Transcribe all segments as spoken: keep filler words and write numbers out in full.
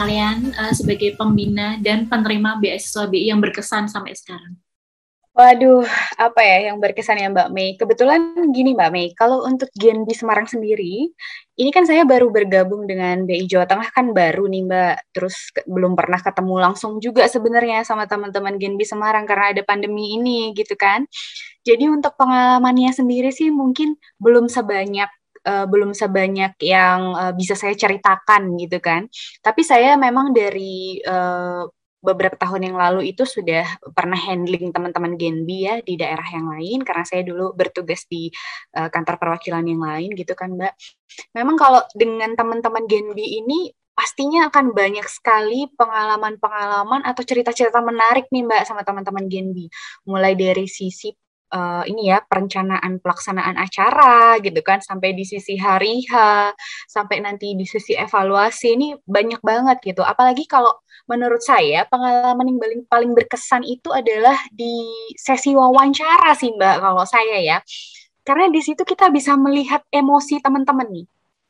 kalian uh, sebagai pembina dan penerima beasiswa B I yang berkesan sampai sekarang? Waduh, apa ya yang berkesan ya Mbak Mei? Kebetulan gini Mbak Mei, kalau untuk Genbi Semarang sendiri, ini kan saya baru bergabung dengan B I Jawa Tengah kan baru nih Mbak, terus ke, belum pernah ketemu langsung juga sebenarnya sama teman-teman Genbi Semarang karena ada pandemi ini gitu kan. Jadi untuk pengalamannya sendiri sih mungkin belum sebanyak uh, belum sebanyak yang uh, bisa saya ceritakan gitu kan. Tapi saya memang dari uh, beberapa tahun yang lalu itu sudah pernah handling teman-teman Genbi ya di daerah yang lain karena saya dulu bertugas di uh, kantor perwakilan yang lain gitu kan Mbak. Memang kalau dengan teman-teman Genbi ini pastinya akan banyak sekali pengalaman-pengalaman atau cerita-cerita menarik nih Mbak sama teman-teman Genbi. Mulai dari sisi uh, ini ya perencanaan pelaksanaan acara gitu kan sampai di sisi hari H, sampai nanti di sisi evaluasi ini banyak banget gitu. Apalagi kalau menurut saya pengalaman yang paling paling berkesan itu adalah di sesi wawancara sih Mbak kalau saya ya. Karena di situ kita bisa melihat emosi teman-teman nih.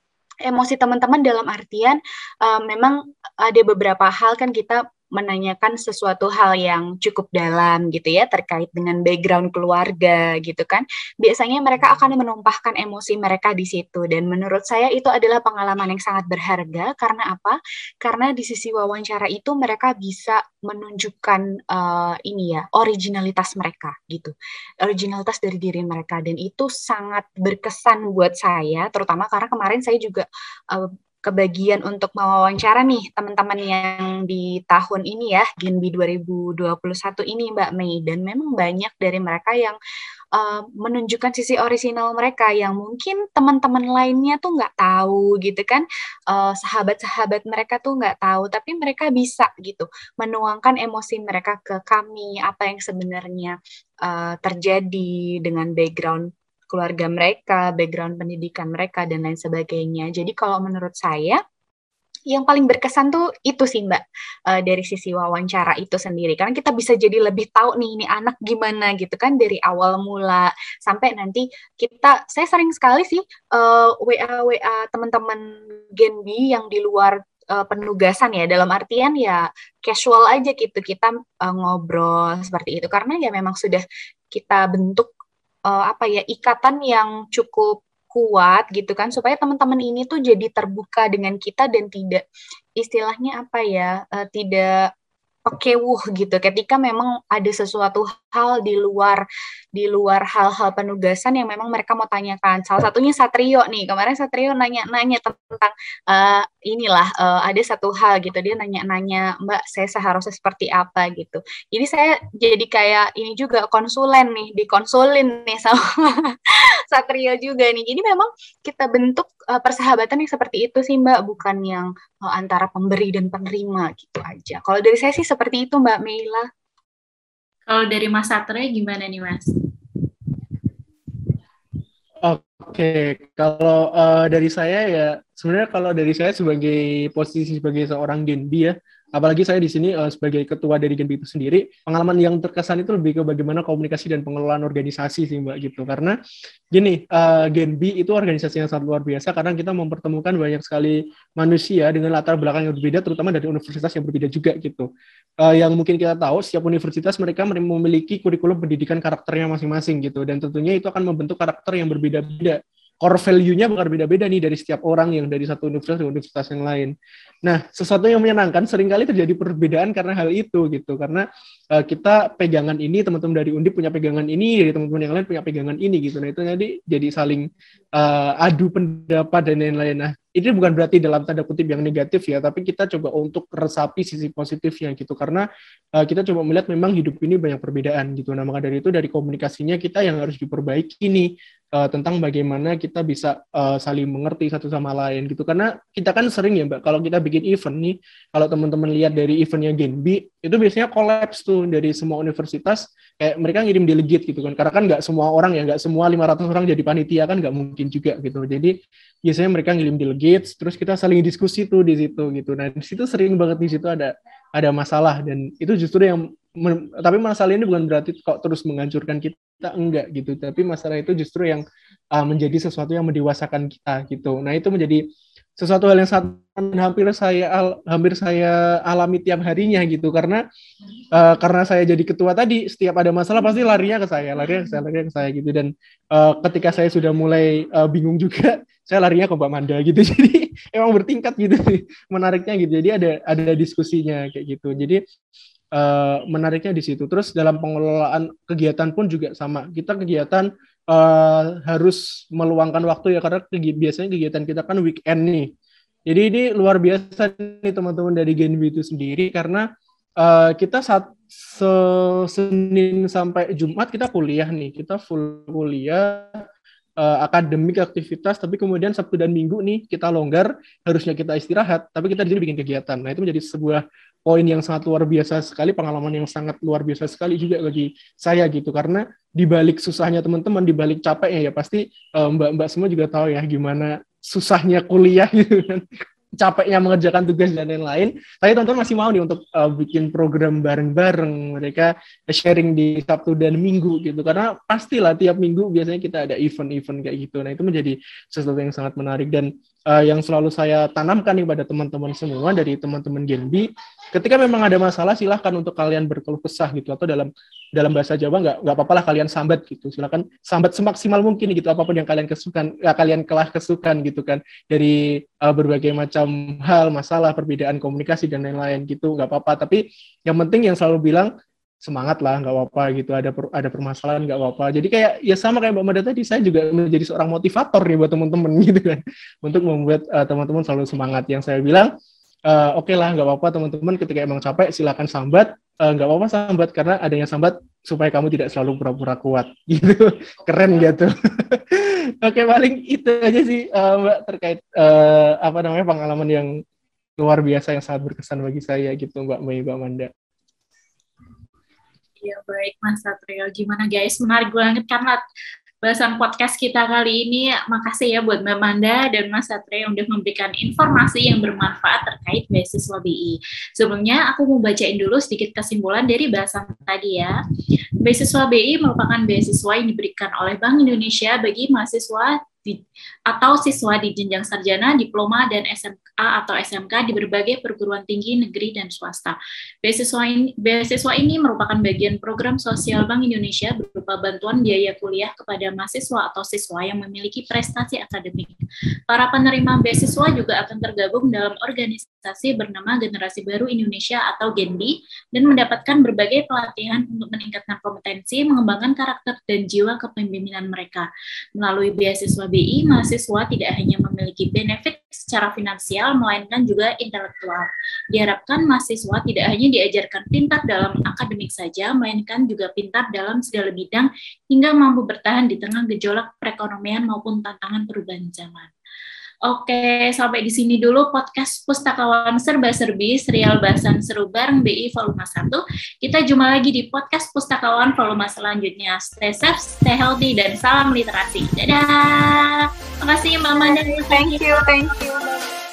Emosi teman-teman dalam artian uh, memang ada beberapa hal kan kita menanyakan sesuatu hal yang cukup dalam gitu ya terkait dengan background keluarga gitu kan. Biasanya mereka akan menumpahkan emosi mereka di situ dan menurut saya itu adalah pengalaman yang sangat berharga karena apa? Karena di sisi wawancara itu mereka bisa menunjukkan uh, ini ya originalitas mereka gitu. Originalitas dari diri mereka dan itu sangat berkesan buat saya terutama karena kemarin saya juga uh, kebagian untuk mewawancara nih teman-teman yang di tahun ini ya, Genbi dua ribu dua puluh satu ini Mbak Mei. Dan memang banyak dari mereka yang uh, menunjukkan sisi orisinal mereka yang mungkin teman-teman lainnya tuh nggak tahu gitu kan. Uh, sahabat-sahabat mereka tuh nggak tahu, tapi mereka bisa gitu menuangkan emosi mereka ke kami, apa yang sebenarnya uh, terjadi dengan background keluarga mereka, background pendidikan mereka, dan lain sebagainya. Jadi kalau menurut saya, yang paling berkesan tuh itu sih Mbak, uh, dari sisi wawancara itu sendiri. Karena kita bisa jadi lebih tahu nih, ini anak gimana gitu kan, dari awal mula, sampai nanti kita, saya sering sekali sih uh, W A-W A teman-teman Genbi yang di luar uh, penugasan ya, dalam artian ya casual aja gitu, kita uh, ngobrol seperti itu. Karena ya memang sudah kita bentuk uh, apa ya ikatan yang cukup kuat gitu kan supaya teman-teman ini tuh jadi terbuka dengan kita dan tidak istilahnya apa ya uh, tidak pekewuh gitu ketika memang ada sesuatu hal di luar di luar hal-hal penugasan yang memang mereka mau tanyakan. Salah satunya Satrio nih, kemarin Satrio nanya-nanya tentang uh, inilah uh, ada satu hal gitu, dia nanya-nanya Mbak saya seharusnya seperti apa gitu. Jadi saya jadi kayak ini juga konsulen nih, dikonsulin nih sama Satrio juga nih. Jadi memang kita bentuk uh, persahabatan yang seperti itu sih Mbak, bukan yang uh, antara pemberi dan penerima gitu aja. Kalau dari saya sih seperti itu Mbak Meila. Kalau dari Mas Satrio gimana nih Mas? Oke, kalau uh, dari saya ya sebenarnya kalau dari saya sebagai posisi sebagai seorang Genbi ya, apalagi saya di sini uh, sebagai ketua dari Genbi itu sendiri, pengalaman yang terkesan itu lebih ke bagaimana komunikasi dan pengelolaan organisasi sih Mbak gitu. Karena gini, uh, Genbi itu organisasi yang sangat luar biasa karena kita mempertemukan banyak sekali manusia dengan latar belakang yang berbeda, terutama dari universitas yang berbeda juga gitu. Uh, yang mungkin kita tahu, setiap universitas mereka memiliki kurikulum pendidikan karakternya masing-masing gitu, dan tentunya itu akan membentuk karakter yang berbeda-beda. Core value-nya bakal beda-beda nih dari setiap orang yang dari satu universitas ke universitas yang lain. Nah, sesuatu yang menyenangkan seringkali terjadi perbedaan karena hal itu gitu. Karena uh, kita pegangan ini, teman-teman dari Undip punya pegangan ini, dari teman-teman yang lain punya pegangan ini gitu. Nah, itu jadi jadi saling uh, adu pendapat dan lain-lain. Nah, ini bukan berarti dalam tanda kutip yang negatif ya, tapi kita coba untuk resapi sisi positifnya gitu, karena uh, kita coba melihat memang hidup ini banyak perbedaan gitu. Nah, maka dari itu dari komunikasinya kita yang harus diperbaiki nih, uh, tentang bagaimana kita bisa uh, saling mengerti satu sama lain gitu. Karena kita kan sering ya Mbak, kalau kita bikin event nih, kalau teman-teman lihat dari eventnya Genbi, itu biasanya kolaps tuh dari semua universitas, kayak mereka ngirim delegate gitu kan, karena kan nggak semua orang ya, nggak semua lima ratus orang jadi panitia kan nggak mungkin juga gitu. Jadi biasanya mereka ngirim delegates, terus kita saling diskusi tuh di situ gitu. Nah di situ sering banget di situ ada ada masalah, dan itu justru yang men, tapi masalah ini bukan berarti kok terus menghancurkan kita, enggak gitu. Tapi masalah itu justru yang uh, menjadi sesuatu yang mendewasakan kita gitu. Nah itu menjadi sesuatu hal yang sangat hampir saya al, hampir saya alami tiap harinya gitu, karena uh, karena saya jadi ketua tadi, setiap ada masalah pasti larinya ke saya, larinya ke saya, larinya ke saya gitu. Dan uh, ketika saya sudah mulai uh, bingung juga, saya larinya ke Mbak Manda gitu. Jadi emang bertingkat gitu menariknya gitu. Jadi ada ada diskusinya kayak gitu. Jadi uh, menariknya di situ. Terus dalam pengelolaan kegiatan pun juga sama. Kita kegiatan Uh, harus meluangkan waktu ya, karena kegi- biasanya kegiatan kita kan weekend nih. Jadi ini luar biasa nih teman-teman dari Genbi itu sendiri, karena uh, kita saat se- Senin sampai Jumat kita kuliah nih, kita full kuliah, uh, akademik aktivitas, tapi kemudian Sabtu dan Minggu nih kita longgar, harusnya kita istirahat, tapi kita di sini bikin kegiatan. Nah itu menjadi sebuah poin yang sangat luar biasa sekali, pengalaman yang sangat luar biasa sekali juga bagi saya gitu, karena di balik susahnya teman-teman, di balik capeknya ya pasti uh, mbak-mbak semua juga tahu ya gimana susahnya kuliah gitu kan, capeknya mengerjakan tugas dan lain-lain. Tapi teman-teman masih mau nih untuk uh, bikin program bareng-bareng, mereka sharing di Sabtu dan Minggu gitu, karena pastilah tiap minggu biasanya kita ada event-event kayak gitu. Nah itu menjadi sesuatu yang sangat menarik, dan uh, yang selalu saya tanamkan nih pada teman-teman semua dari teman-teman Genbi, ketika memang ada masalah silahkan untuk kalian berkeluh kesah gitu, atau dalam dalam bahasa Jawa nggak nggak apa-apa lah kalian sambat gitu, silakan sambat semaksimal mungkin gitu, apapun yang kalian kesukan, ya, kalian kelah kesukan gitu kan, dari uh, berbagai macam hal, masalah, perbedaan komunikasi dan lain-lain gitu, nggak apa-apa. Tapi yang penting yang selalu bilang semangat lah, nggak apa-apa gitu, ada per, ada permasalahan nggak apa-apa. Jadi kayak ya sama kayak Mbak Mada tadi, saya juga menjadi seorang motivator nih buat teman-teman gitu kan, untuk membuat uh, teman-teman selalu semangat. Yang saya bilang Uh, oke okay lah, nggak apa-apa teman-teman, ketika emang capek silakan sambat, uh, nggak apa-apa sambat, karena adanya sambat supaya kamu tidak selalu pura-pura kuat gitu. Keren gitu. Oke okay, paling itu aja sih uh, Mbak terkait uh, apa namanya pengalaman yang luar biasa yang sangat berkesan bagi saya gitu, Mbak Mei, Mbak Manda. Ya baik Mas Satrio, gimana guys, menarik banget kan bahasan podcast kita kali ini. Makasih ya buat Mbak Manda dan Mas Satrio yang udah memberikan informasi yang bermanfaat terkait beasiswa B I. Sebelumnya aku mau bacain dulu sedikit kesimpulan dari bahasan tadi ya. Beasiswa B I merupakan beasiswa yang diberikan oleh Bank Indonesia bagi mahasiswa di, atau siswa di jenjang sarjana, diploma, dan S M A atau S M K di berbagai perguruan tinggi negeri dan swasta. Beasiswa ini, beasiswa ini merupakan bagian program sosial Bank Indonesia berupa bantuan biaya kuliah kepada mahasiswa atau siswa yang memiliki prestasi akademik. Para penerima beasiswa juga akan tergabung dalam organisasi bernama Generasi Baru Indonesia atau Genbi dan mendapatkan berbagai pelatihan untuk meningkatkan kompetensi, mengembangkan karakter dan jiwa kepemimpinan mereka. Melalui beasiswa B I, mahasiswa tidak hanya memiliki benefit secara finansial, melainkan juga intelektual. Diharapkan mahasiswa tidak hanya diajarkan pintar dalam akademik saja, melainkan juga pintar dalam segala bidang hingga mampu bertahan di tengah gejolak perekonomian maupun tantangan perubahan zaman. Oke, sampai di sini dulu podcast Pustakawan Serba-Serbi, serial bahasan seru bareng B I volume satu. Kita jumpa lagi di podcast Pustakawan volume selanjutnya. Stay safe, stay healthy, dan salam literasi. Dadah! Makasih Mbak Manda. Thank you, thank you.